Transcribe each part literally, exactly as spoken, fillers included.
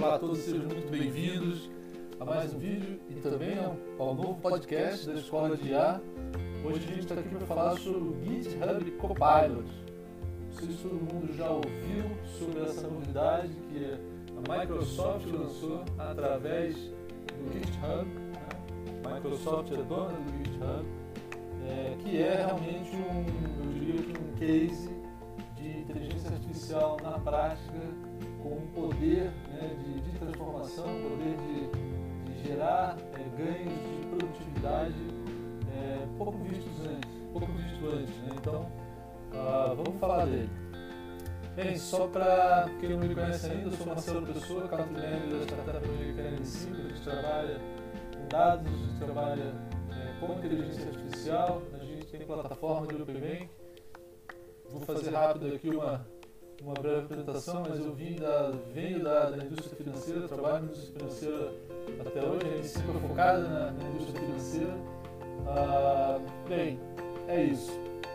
Olá a todos, sejam muito bem-vindos a mais um vídeo e também ao, ao novo podcast da Escola de I A. Hoje a gente está aqui para falar sobre o GitHub Copilot. Não sei se todo mundo já ouviu sobre essa novidade que a Microsoft lançou através do GitHub. Né? A Microsoft é dona do GitHub, é, que é realmente um, eu diria que um case de inteligência artificial na prática, com um poder, né, de, de transformação, poder de, de gerar é, ganhos de produtividade é, pouco vistos antes, pouco visto antes, né? Então, uh, vamos falar dele. Bem, só para quem não me conhece ainda, eu sou Marcelo Pessoa, country manager da startup americana N cinco. A gente trabalha com dados, a gente trabalha é, com inteligência artificial, a gente tem plataforma de Open Bank. Vou fazer rápido aqui uma, uma breve apresentação, mas eu vim da, venho da, da indústria financeira, trabalho na indústria financeira até hoje, a N cinco é focada na, na indústria financeira. Ah, bem, é isso.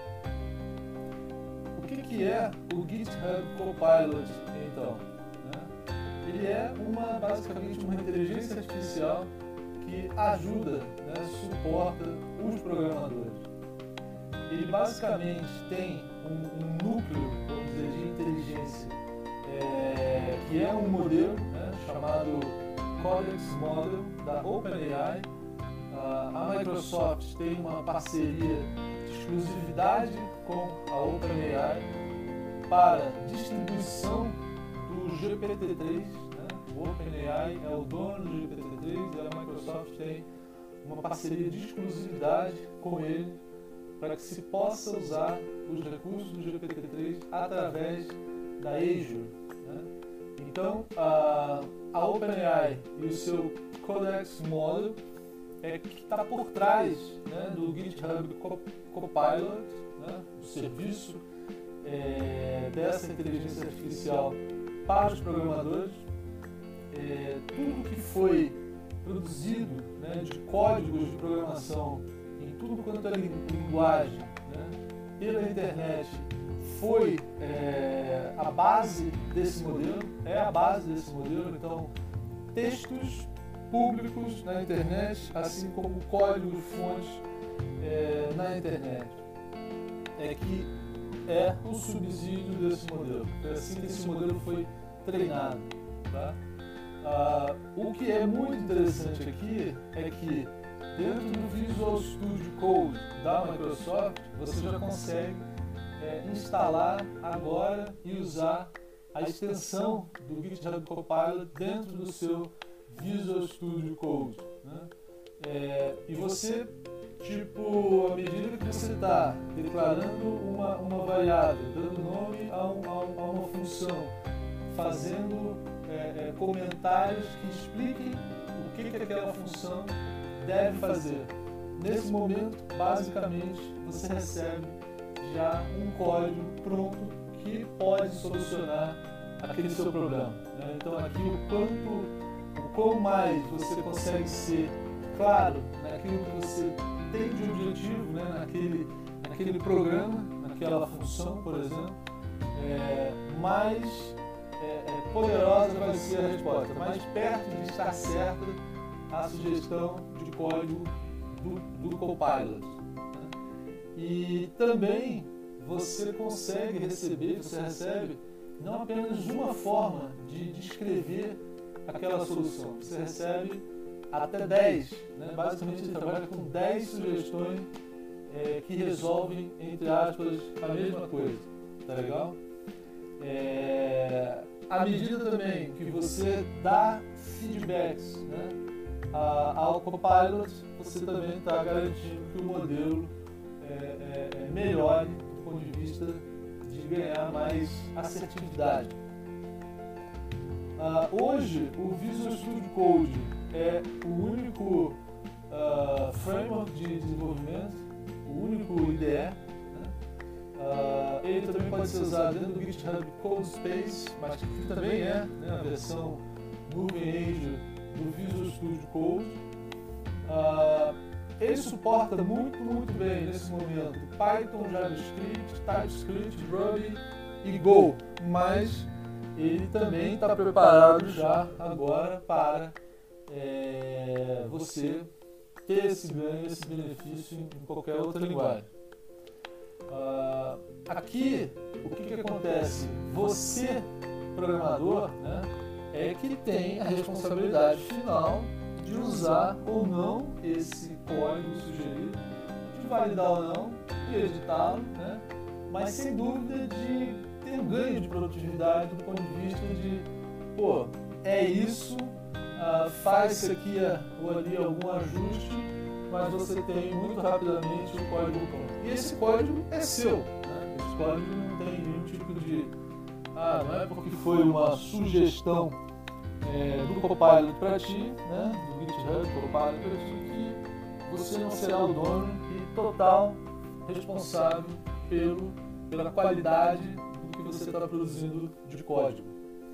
O que, que é o GitHub Copilot, então? Né? Ele é uma, basicamente uma inteligência artificial que ajuda, né, suporta os programadores. Ele basicamente tem um, um núcleo, vamos dizer, de inteligência, é, que é um modelo, né, chamado Codex Model da OpenAI. A Microsoft tem uma parceria de exclusividade com a OpenAI para distribuição do G P T três. Né? O OpenAI é o dono do G P T três e a Microsoft tem uma parceria de exclusividade com ele para que se possa usar os recursos do G P T três através da Azure. Né? Então, a, a OpenAI e o seu Codex Model é que está por trás, né, do GitHub Copilot, né, o serviço é, dessa inteligência artificial para os programadores. É, tudo que foi produzido, né, de códigos de programação em tudo quanto é linguagem, né, pela internet foi é, a base desse modelo, é a base desse modelo. Então, textos públicos na internet, assim como códigos-fontes é, na internet, é que é o subsídio desse modelo. É assim que esse modelo foi treinado. Tá? Ah, o que é muito interessante aqui é que dentro do Visual Studio Code da Microsoft, você já consegue é, instalar agora e usar a extensão do GitHub Copilot dentro do seu Visual Studio Code. Né? É, e você, tipo, à medida que você está declarando uma, uma variável, dando nome a, um, a, um, a uma função, fazendo é, é, comentários que expliquem o que, que aquela função deve fazer. Nesse momento, basicamente, você recebe já um código pronto que pode solucionar aquele seu problema. Né? Então, aqui o quanto, o quão mais você consegue ser claro naquilo que você tem de objetivo, né? naquele, naquele programa, naquela função, por exemplo, é, mais é, é, poderosa vai ser a resposta, mais perto de estar certa a sugestão de código do, do Copilot. Né? E também você consegue receber, você recebe não apenas uma forma de descrever aquela solução, você recebe até dez, né? Basicamente ele trabalha com dez sugestões é, que resolvem, entre aspas, a mesma coisa. Tá legal? É, à medida também que você dá feedbacks, né, a, ao Copilot, você também está garantindo que o modelo é, é, é melhore do ponto de vista de ganhar mais assertividade. Uh, hoje, o Visual Studio Code é o único uh, framework de desenvolvimento, o único I D E. Né? Uh, ele também pode ser usado dentro do GitHub Codespace, mas que também é, né, a versão nuvem Azure do Visual Studio Code. Uh, ele suporta muito, muito bem nesse momento Python, JavaScript, TypeScript, Ruby e Go, mas ele também está preparado já agora para é, você ter esse ganho, esse benefício em qualquer outra linguagem. Uh, aqui, o que, que acontece? Você, programador, né, é que tem a responsabilidade final de usar ou não esse código sugerido, de validar ou não, de editá-lo, né, mas sem dúvida de ter um ganho de produtividade do ponto de vista de, pô, é isso, uh, faz isso aqui ou ali algum ajuste, mas você tem muito rapidamente o código pronto. E esse código é seu, né? Esse código não tem nenhum tipo de... Ah, não é porque foi uma sugestão é, do Copilot para ti, né? Do GitHub, Copilot para ti, que você não será o dono e total responsável pelo, pela qualidade do que você está produzindo de código.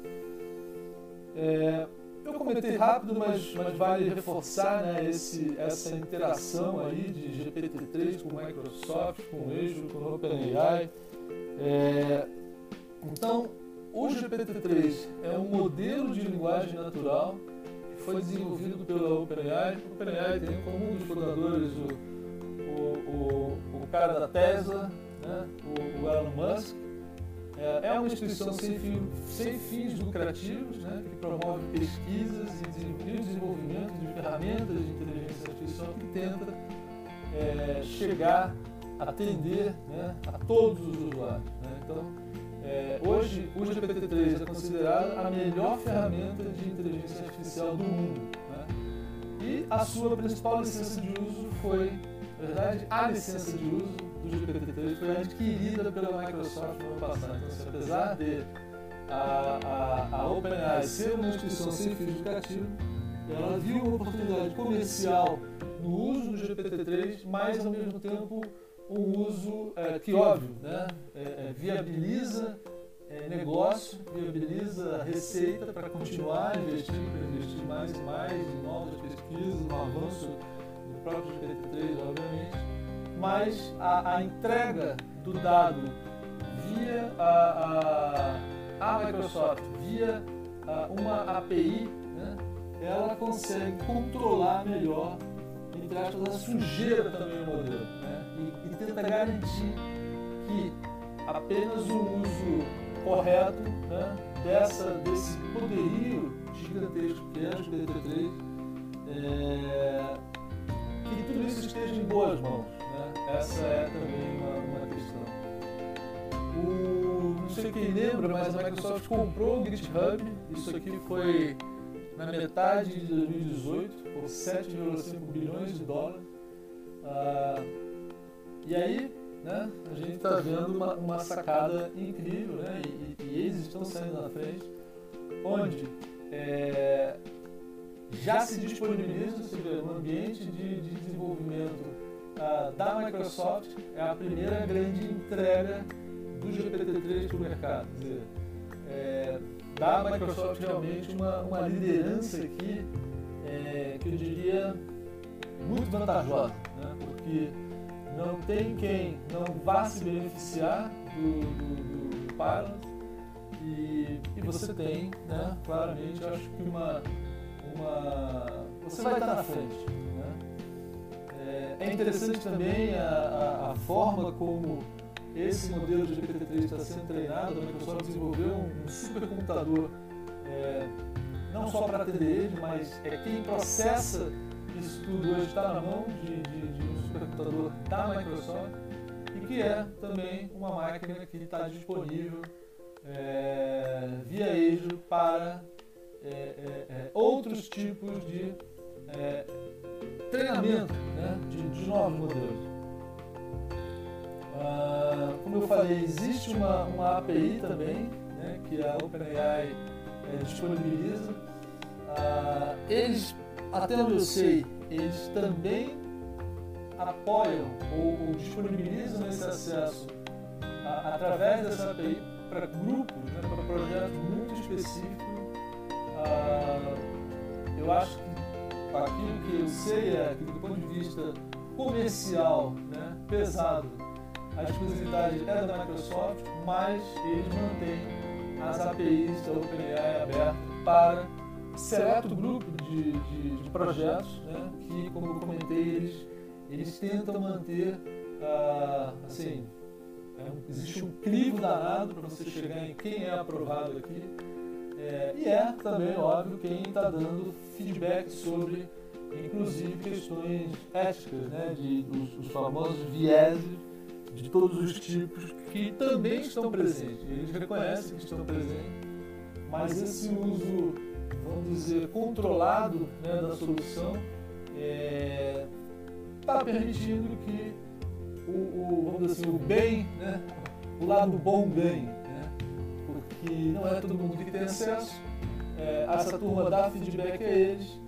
É, Eu comentei rápido, mas, mas vale reforçar, né, esse, essa interação aí de G P T três com Microsoft, com o Azure, com o OpenAI. É, então, o G P T três é um modelo de linguagem natural que foi desenvolvido pela OpenAI. O OpenAI tem como um dos fundadores o, o, o, o cara da Tesla, né, o, o Elon Musk. É uma instituição sem, fim, sem fins lucrativos, né, que promove pesquisas e desenvolvimento de ferramentas de inteligência artificial que tenta é, chegar a atender, né, a todos os usuários. Né? Então, é, hoje o G P T três é considerado a melhor ferramenta de inteligência artificial do mundo. Né? E a sua principal licença de uso foi, na verdade, a licença de uso do G P T três foi adquirida pela Microsoft no ano passado. Então, assim, apesar de a, a, a OpenAI ser uma instituição sem fins lucrativos, ela viu uma oportunidade comercial no uso do G P T três, mas ao mesmo tempo um uso é, que, óbvio, né, é, é, viabiliza é, negócio, viabiliza receita para continuar investindo, para investir mais e mais em novas pesquisas, no avanço do próprio G P T três, obviamente. Mas a, a entrega do dado via a, a, a Microsoft, via a, uma A P I, né, ela consegue controlar melhor, entre aspas, a sujeira também do modelo, né, e, e tenta garantir que apenas o uso correto, né, dessa, desse poderio gigantesco que é o G P T três, é, que tudo isso esteja em boas mãos. Essa é também uma, uma questão. O, não sei quem lembra, mas a Microsoft comprou o GitHub. Isso aqui foi na metade de dois mil e dezoito, por sete vírgula cinco bilhões de dólares. Ah, e aí, né, a gente está vendo uma, uma sacada incrível, né, e, e eles estão saindo na frente, onde é, já se disponibiliza, ou seja, um ambiente de, de desenvolvimento Uh, da Microsoft, é a primeira grande entrega do G P T três para o mercado. Quer dizer, é, dá à Microsoft realmente uma, uma liderança aqui, é, que eu diria muito vantajosa, né? Porque não tem quem não vá se beneficiar do, do, do Pilot e, e você tem, né, claramente, eu acho que uma, uma... você vai estar na frente. É interessante também a, a, a forma como esse modelo de G P T três está sendo treinado. A Microsoft desenvolveu um, um supercomputador, é, não só para atender ele, mas é quem processa isso tudo hoje está na mão de, de, de um supercomputador da Microsoft e que é também uma máquina que está disponível é, via Azure para é, é, é, outros tipos de é, treinamento, né, de, de novos modelos. Ah, como eu falei, existe uma, uma A P I também, né, que a OpenAI é, disponibiliza. Ah, eles, até onde eu sei, eles também apoiam ou, ou disponibilizam esse acesso a, através dessa A P I para grupos, né, para projetos muito específicos. Ah, eu acho que aquilo que eu sei é que, do ponto de vista comercial, né, pesado, a exclusividade é da Microsoft, mas eles mantêm as A P Is da OpenAI abertas para seleto grupo de, de, de projetos, né, que, como eu comentei, eles, eles tentam manter, uh, assim, é um, existe um crivo danado para você chegar em quem é aprovado aqui, é, e é também, óbvio, quem está dando feedback sobre, inclusive, questões éticas, né, de, dos, dos famosos vieses de todos os tipos que também estão presentes. Eles reconhecem que estão presentes, mas esse uso, vamos dizer, controlado, né, da solução está é, permitindo que o, o, vamos dizer assim, o bem, né, o lado bom ganhe, né, porque não é todo mundo que tem acesso, é, essa turma dá feedback a eles,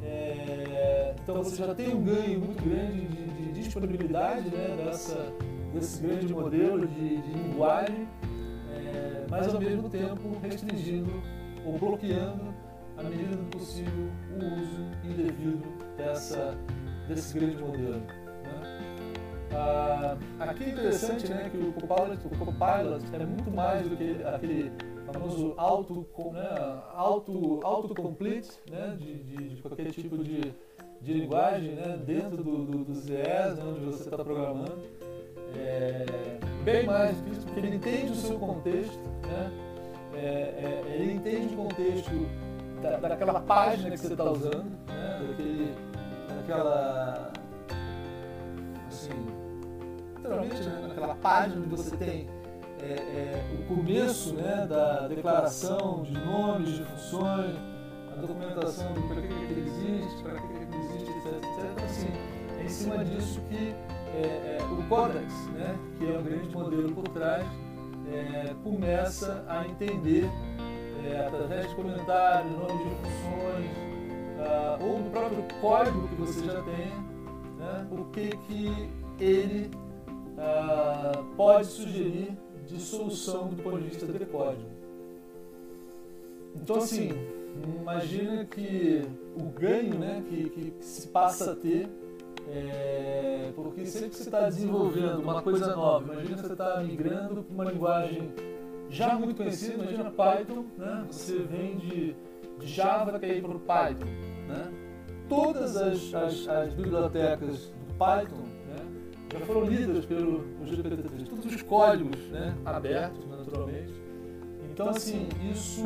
é, então você já tem um ganho muito grande de, de disponibilidade, né, dessa, desse grande modelo de, de linguagem, é, mas ao mesmo tempo restringindo ou bloqueando, à medida do possível, o uso indevido dessa, desse grande modelo, né? Ah, aqui é interessante, né, que o Copilot, o Copilot é muito mais do que aquele famoso auto, né, auto, autocomplete, né, de, de, de qualquer tipo de, de linguagem, né, dentro do, do, dos I Es, né, onde você está programando. É bem mais difícil, porque ele entende o seu contexto, né, é, é, ele entende o contexto Da, daquela página que você está usando, né? Daquele, daquela, assim, literalmente, né? Naquela página onde você tem é, é, o começo, né, da declaração de nomes, de funções, a documentação do para que ele existe, para que ele não existe, etc, etcétera. Então, assim, é em cima disso que é, é, o Codex, né, que é um grande modelo por trás, é, começa a entender, É, através de comentários, nomes de funções, uh, ou do próprio código que você já tem, né, o que, que ele uh, pode sugerir de solução do ponto de vista de código. Então, assim, imagina que o ganho, né, que, que se passa a ter, é, porque sempre que você está desenvolvendo uma coisa nova, imagina que você está migrando para uma linguagem já muito conhecido, imagina Python, né? Você vem de, de Java quer ir para o Python, né? Todas as, as, as bibliotecas do Python, né, já foram lidas pelo G P T três, todos os códigos, né, abertos, naturalmente. Então, assim, isso,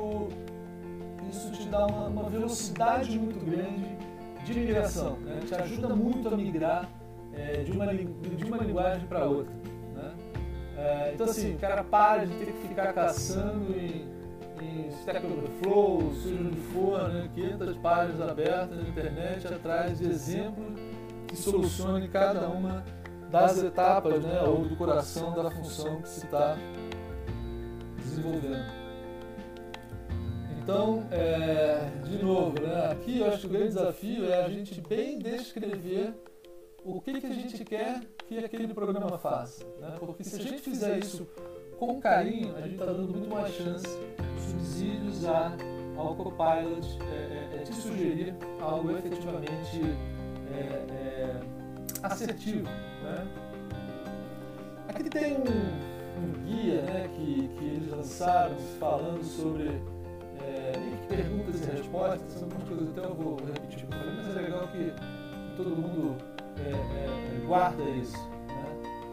isso te dá uma, uma velocidade muito grande de migração, né? Te ajuda muito a migrar é, de, uma, de uma linguagem para outra, né? É, então, assim, o cara para de ter que ficar caçando em, em Stack Overflow, seja onde for, né, quinhentas páginas abertas na internet atrás de exemplos que solucionem cada uma das etapas, né, ou do coração da função que se está desenvolvendo. Então, é, de novo, né, aqui eu acho que o grande desafio é a gente bem descrever o que, que a gente quer que aquele programa faça, né? Porque se a gente fizer isso com carinho, a gente está dando muito mais chance, subsídios a, ao Copilot é, é, te sugerir algo efetivamente é, é, assertivo, né? Aqui tem um, um guia, né, que, que eles lançaram falando sobre é, perguntas e respostas, são algumas coisas até eu vou repetir, mas é legal que todo mundo É, é, guarda isso, né?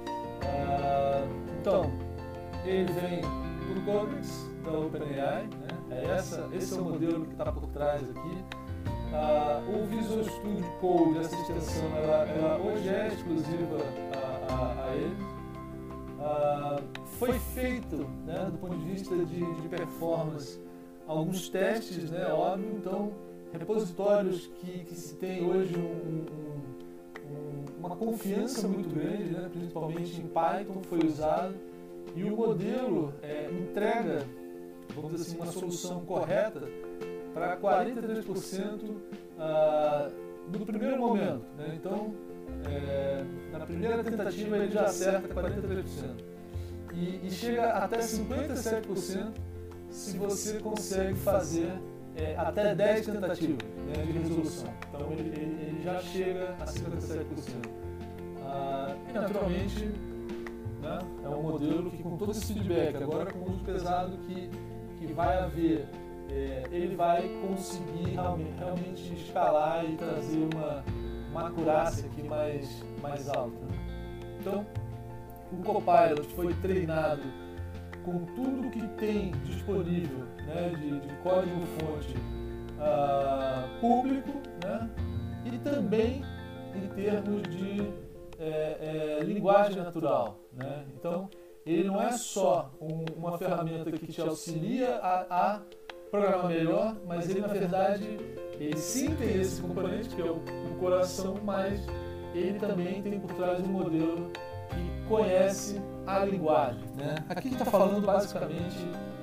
Ah, então, ele vem do Codex da OpenAI, né? É essa, esse é o modelo que está por trás aqui. Ah, o Visual Studio Code, essa extensão, ela, ela hoje é exclusiva a, a, a ele. Ah, foi feito, né, do ponto de vista de, de performance, alguns testes, né, óbvio. Então, repositórios que, que se tem hoje um, um uma confiança muito grande, né, principalmente em Python, foi usado, e o modelo é, entrega, vamos dizer assim, uma solução correta para quarenta e três por cento ah, no primeiro momento, né? Então, é, na primeira tentativa ele já acerta quarenta e três por cento e, e chega até cinquenta e sete por cento se você consegue fazer É, até dez tentativas, né, de resolução. Então ele, ele, ele já chega a cinquenta e sete por cento. Ah, e naturalmente né? É um modelo que, com todo esse feedback, agora com o uso pesado que, que vai haver, é, ele vai conseguir realmente, realmente escalar e trazer uma, uma acurácia aqui mais, mais alta. Então, o Copilot foi treinado com tudo que tem disponível, né, de, de código-fonte uh, público, né, e também em termos de é, é, linguagem natural, né? Então, ele não é só um, uma ferramenta que te auxilia a, a programar melhor, mas ele, na verdade, ele sim tem esse componente, que é o, o coração, mas ele também tem por trás um modelo que conhece a linguagem, né? Aqui está falando basicamente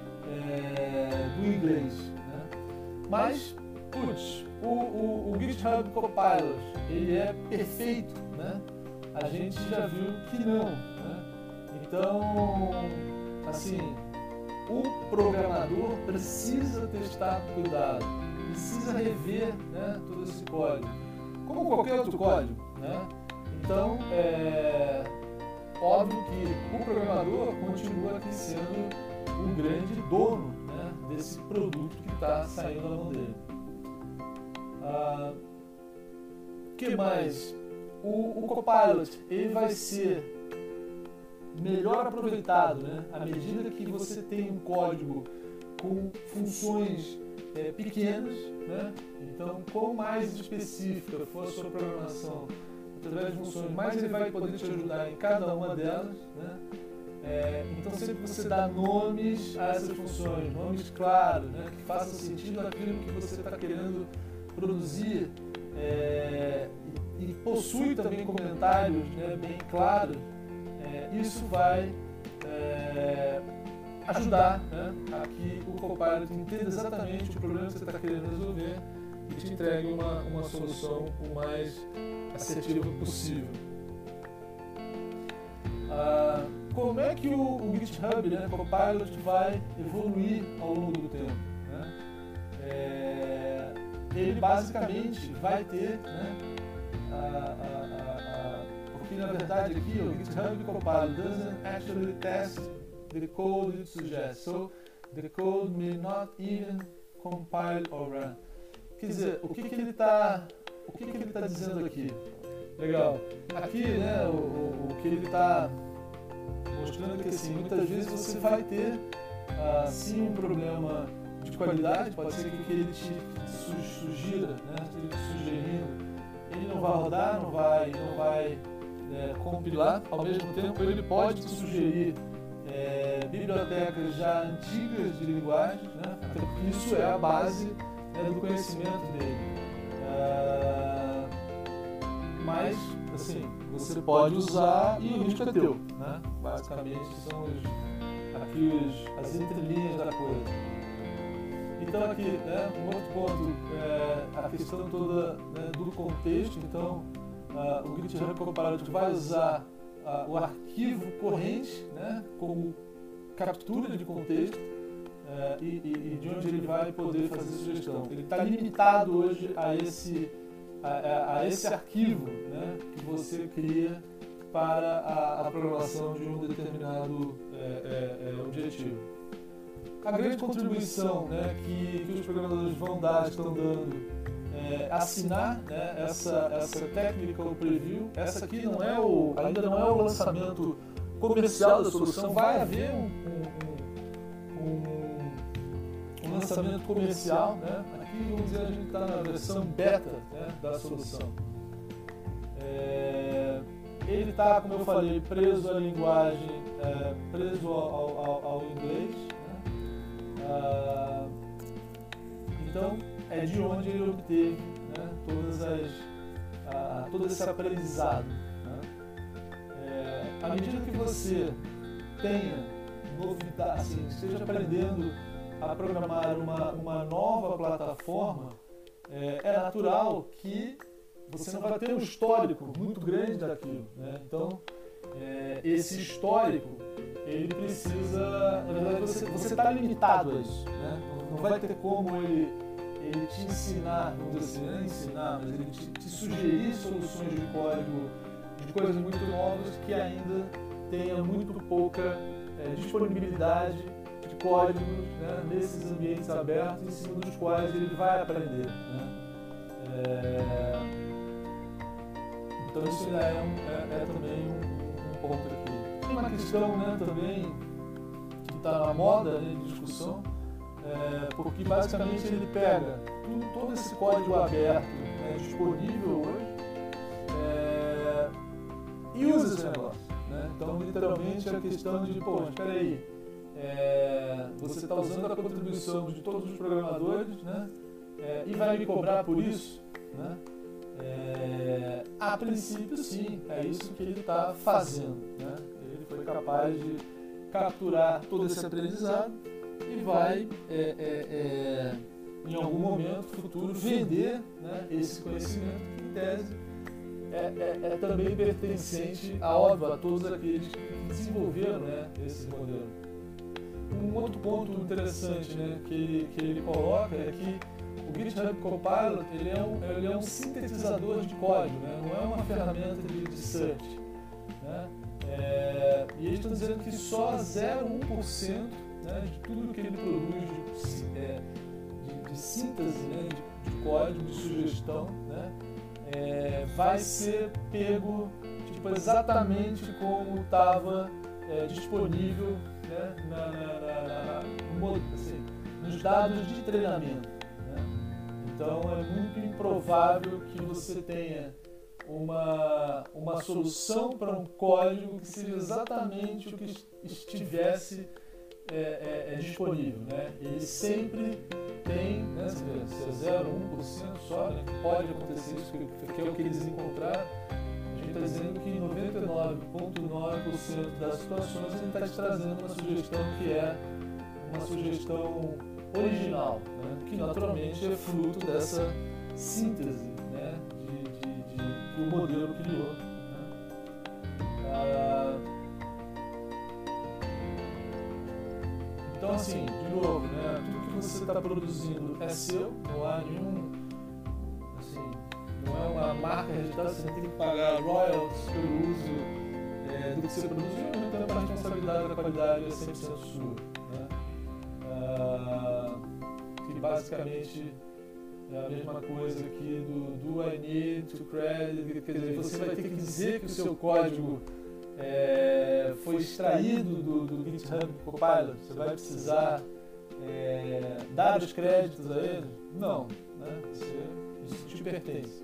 é, do inglês, né? Mas, putz, o, o, o GitHub Copilot, ele é perfeito, né? A gente já viu que não, né? Então, assim, o programador precisa testar com cuidado, precisa rever, né, todo esse código, como qualquer outro código, né? Então, é óbvio que o programador continua aqui sendo o grande dono, né, desse produto que está saindo da mão dele. Ah, que mais? O, o Copilot, ele vai ser melhor aproveitado, né, à medida que você tem um código com funções é, pequenas, né? Então, quanto mais específica for a sua programação, através de funções, mais ele vai poder te ajudar em cada uma delas, né? É, então, sempre você dá nomes a essas funções, nomes claros, né, que façam sentido aquilo que você está querendo produzir, é, e, e possui também comentários, né, bem claros, é, isso vai é, ajudar, né, a que o Copilot entenda exatamente o problema que você está querendo resolver e te entregue uma, uma solução o mais assertiva possível. Ah, como é que o, o GitHub, né, Copilot, vai evoluir ao longo do tempo, né? É, ele basicamente vai ter, né, a, a, a, a, porque na verdade aqui o GitHub Copilot doesn't actually test the code it suggests, so the code may not even compile or run. Quer dizer, o que, que ele está, o que, que ele está dizendo aqui? Legal. Aqui, né, o, o, o que ele está mostrando que, assim, muitas vezes você vai ter, uh, sim, um problema de qualidade, pode ser que o que ele te sugira, né, ele te sugerindo, ele não vai rodar, não vai, não vai é, compilar. Ao mesmo tempo, ele pode te sugerir é, bibliotecas já antigas de linguagem, né, até porque isso é a base, né, do conhecimento dele. Uh, mas, assim, você pode usar e o risco é teu, né? Basicamente são os, aqui os, as entrelinhas da coisa. Então aqui, né, um outro ponto, é a questão toda, né, do contexto. Então uh, o GitHub Copilot vai usar uh, o arquivo corrente, né, como captura de contexto, uh, e, e, e de onde ele vai poder fazer sugestão. Ele está limitado hoje a esse A, a esse arquivo, né, que você cria para a, a programação de um determinado é, é, é, objetivo. A grande contribuição, né, que, que os programadores vão dar, estão dando, é assinar, né, essa, essa Technical Preview. Essa aqui não é o, ainda não é o lançamento comercial da solução, vai haver um, um, um, um lançamento comercial, né? Vamos dizer, a gente está na versão beta, né, da solução. É, ele está, como eu falei, preso à linguagem, é, preso ao, ao, ao inglês, né? Ah, então, é de onde ele obteve, né, todas as, ah, todo esse aprendizado, né? É, à medida que você tenha novidade, assim, esteja aprendendo a programar uma, uma nova plataforma, é, é natural que você não vai ter um histórico muito grande daquilo, né? Então, é, esse histórico, ele precisa, na verdade, você está limitado a isso, né? Não, não vai ter como ele, ele te ensinar, vamos dizer assim, não ensinar, mas ele te, te sugerir soluções de código, de coisas muito novas que ainda tenha muito pouca é, disponibilidade de códigos, né, nesses ambientes abertos em cima dos quais ele vai aprender, né? É, então isso ainda é, um, é, é também um, um ponto aqui. Tem uma questão, né, também que está na moda, né, de discussão, é, porque basicamente ele pega tudo, todo esse código aberto, né, disponível hoje, é, e usa esse negócio, né? Então literalmente é a questão de, pô, espera aí, é, você está usando a contribuição de todos os programadores, né, é, e vai me cobrar por isso, né? É, a princípio sim, é isso que ele está fazendo, né? Ele foi capaz de capturar todo esse aprendizado e vai, é, é, é, em algum momento futuro, vender, né, esse conhecimento que, em tese, é, é, é também pertencente, a, óbvio, a todos aqueles que desenvolveram, né, esse modelo. Um outro ponto interessante, né, que, ele, que ele coloca é que o GitHub Copilot ele é, um, ele é um sintetizador de código, né, não é uma ferramenta de, de search, né? É, e eles estão dizendo que só zero vírgula um por cento, né, de tudo que ele produz de, é, de, de síntese, né, de, de código, de sugestão, né, é, vai ser pego tipo, exatamente como estava é, disponível, né, na, na, na, na, assim, nos dados de treinamento, né? Então é muito improvável que você tenha Uma, uma solução para um código que seja exatamente o que estivesse é, é, é disponível, né? Ele sempre tem, né, se é zero vírgula um por cento só, né, que pode acontecer isso, que, que é o que eles encontraram. A gente está dizendo que em noventa e nove vírgula nove por cento das situações ele está te trazendo uma sugestão que é uma sugestão original, né, que naturalmente é fruto dessa síntese, né, que o modelo criou, né? Ah, então, assim, de novo, né, tudo que você está produzindo é seu, não há nenhum, assim, não é uma marca registrada, você não tem que pagar royalties pelo uso é, do que você produziu, então a responsabilidade da qualidade é cem por cento sua, né? Ah, que basicamente é a mesma coisa aqui do do I need to credit, quer dizer, você vai ter que dizer que o seu código é, foi extraído do, do GitHub Copilot, você vai precisar é, dar os créditos a ele? Não, né? Você, isso te pertence.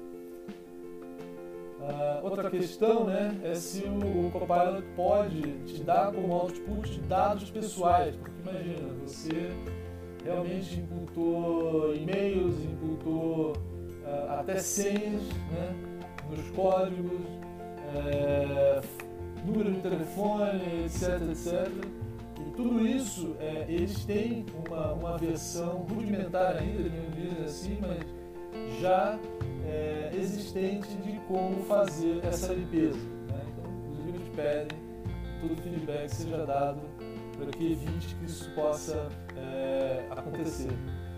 Ah, outra questão, né, é se o Copilot pode te dar como output dados pessoais, porque imagina, você realmente imputou e-mails, imputou uh, até senhas, né, nos códigos, é, número de telefone, etc, etcétera. E tudo isso, é, eles têm uma, uma versão rudimentar ainda, eles não dizem assim, mas já é, existente de como fazer essa limpeza, né? Então, inclusive, eles pedem que todo o feedback seja dado para que evite que isso possa é, acontecer.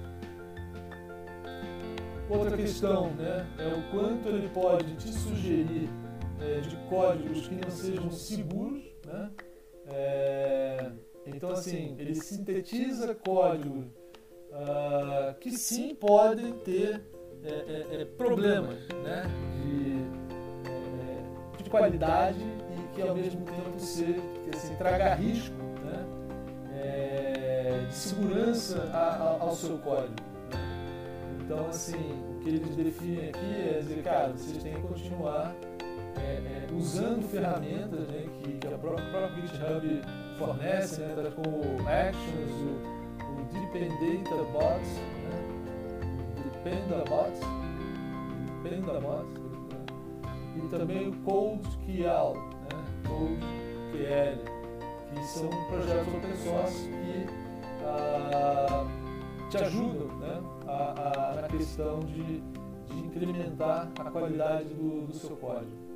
Outra questão, né, é o quanto ele pode te sugerir é, de códigos que não sejam seguros, né? É, então, assim, ele sintetiza códigos uh, que sim podem ter é, é, é, problemas, né, de, é, de qualidade e que ao mesmo tempo ser, que, assim, traga risco, né, é, de segurança a, a, ao seu código, né? Então, assim, o que eles definem aqui é dizer, cara, vocês têm que continuar é, é, usando ferramentas, né, que, que a própria, própria GitHub fornece, né, tá, como Actions, o, o Dependabot, né, Dependabot, Dependabot, né, e também o CodeQL, né, CodeQL, que são projetos open source que ah, te ajudam, né, a, a, na questão de, de incrementar a qualidade do, do seu código.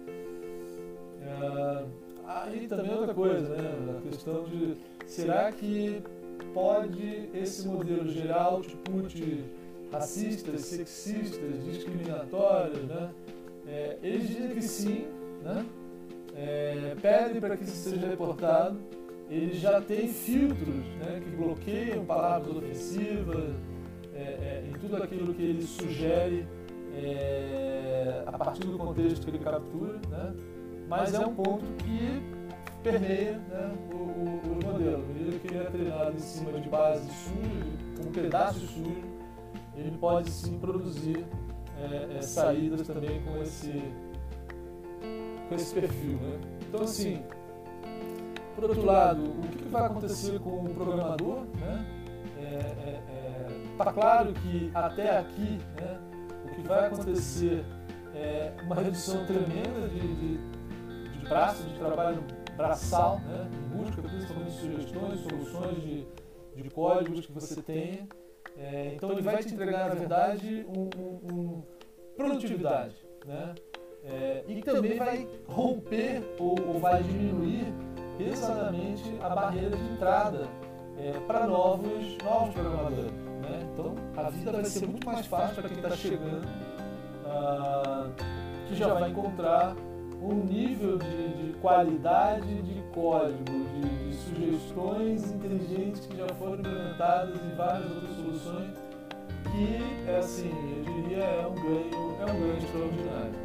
Ah, aí também outra coisa, né, a questão de será que pode esse modelo gerar outputs racistas, sexistas, discriminatórios, né? É, eles dizem que sim, né? é, pedem para que isso seja reportado. Ele já tem filtros, né, que bloqueiam palavras ofensivas, é, é, em tudo aquilo que ele sugere é, a partir do contexto que ele captura, né, mas é um ponto que permeia, né, o, o, o modelo. À medida que ele é treinado em cima de base suja, um pedaço sujo, ele pode sim produzir é, é, saídas também com esse, com esse perfil, né? Então, assim, por outro lado, o que vai acontecer com o programador, né? É, é, é, tá claro que até aqui, né, o que vai acontecer é uma redução tremenda de, de, de braço, de trabalho braçal, né, em busca principalmente de sugestões, soluções de, de códigos que você tenha. É, então ele vai te entregar, na verdade, um, um, um produtividade, né? É, e também vai romper ou, ou vai diminuir exatamente a barreira de entrada é, para novos, novos programadores, né? Então a vida vai ser muito mais fácil para quem está chegando, ah, que já vai encontrar um nível de, de qualidade de código, de, de sugestões inteligentes que já foram implementadas em várias outras soluções, que é assim, eu diria, é um ganho, é um ganho extraordinário.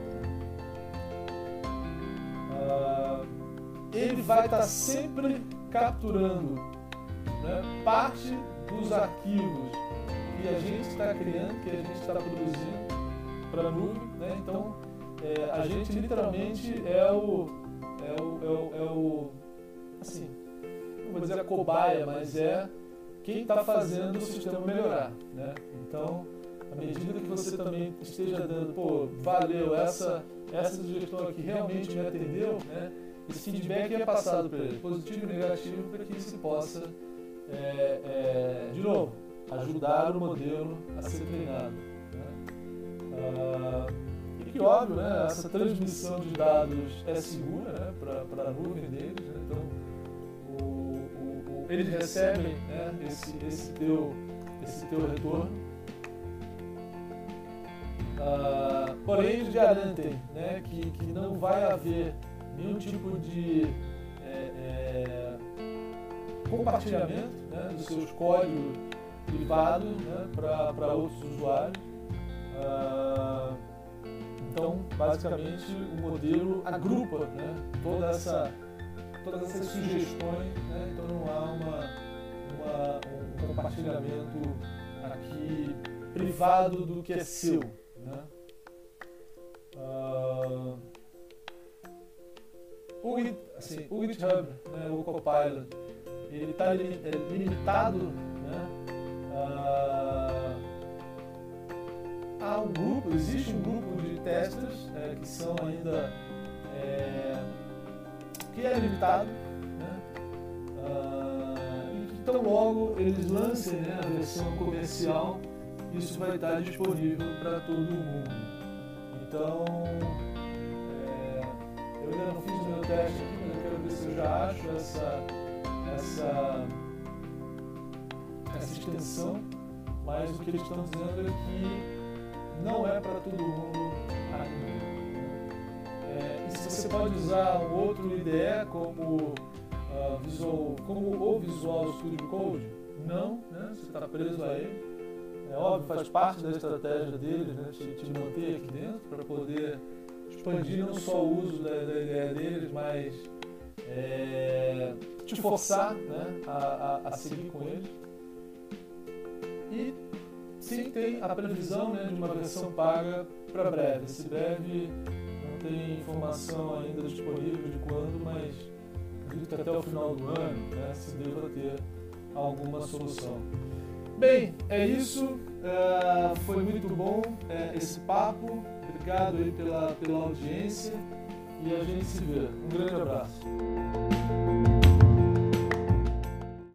Ah, ele vai estar sempre capturando, né, parte dos arquivos que a gente está criando, que a gente está produzindo para a nuvem, né? Então, É, a gente literalmente é o, é o, é o, é o, assim, não vou dizer a cobaia, mas é quem está fazendo o sistema melhorar, né? Então, à medida que você também esteja dando, pô, valeu, essa, essa sugestão aqui realmente me atendeu, né? Esse feedback é passado para ele, positivo e negativo, para que se possa, é, é, de novo, ajudar o modelo a ser treinado, né? Ah, que óbvio, né, essa transmissão de dados é segura, né, para a nuvem deles, né? Então o, o, o, eles recebem, né, esse, esse, teu, esse teu retorno, ah, porém eles garantem, né, que, que não vai haver nenhum tipo de é, é, compartilhamento, né, dos seus códigos privados, né, para outros usuários. Ah, Então, basicamente, o modelo agrupa, né, toda essa, todas essas sugestões, né? Então não há uma, uma, um compartilhamento aqui privado do que é seu, né? Uh, o, assim, o GitHub, né, o Copilot, ele está limitado, né, uh, há um grupo, existe um grupo de testers é, que são ainda é, que é limitado, né? Ah, e que tão logo eles lancem, né, a versão comercial, isso vai estar disponível para todo mundo. Então, é, eu ainda não fiz o meu teste aqui, mas eu quero ver se eu já acho essa, essa, essa extensão, mas o que eles estão dizendo é que não é para todo mundo ainda. É, e se você pode usar um outro I D E como, uh, visual, como o Visual Studio Code, não, né? Você está preso a ele. É óbvio, faz parte da estratégia deles, né? te, te manter aqui dentro para poder expandir não só o uso da, da ideia deles, mas é, te forçar, né, a, a, a seguir com eles. E sim, tem a previsão, né, de uma versão paga para breve. Esse breve não tem informação ainda disponível de quando, mas acredito que até o final do ano, né, se deva ter alguma solução. Bem, é isso. É, foi muito bom é, esse papo. Obrigado aí pela, pela audiência e a gente se vê. Um grande abraço.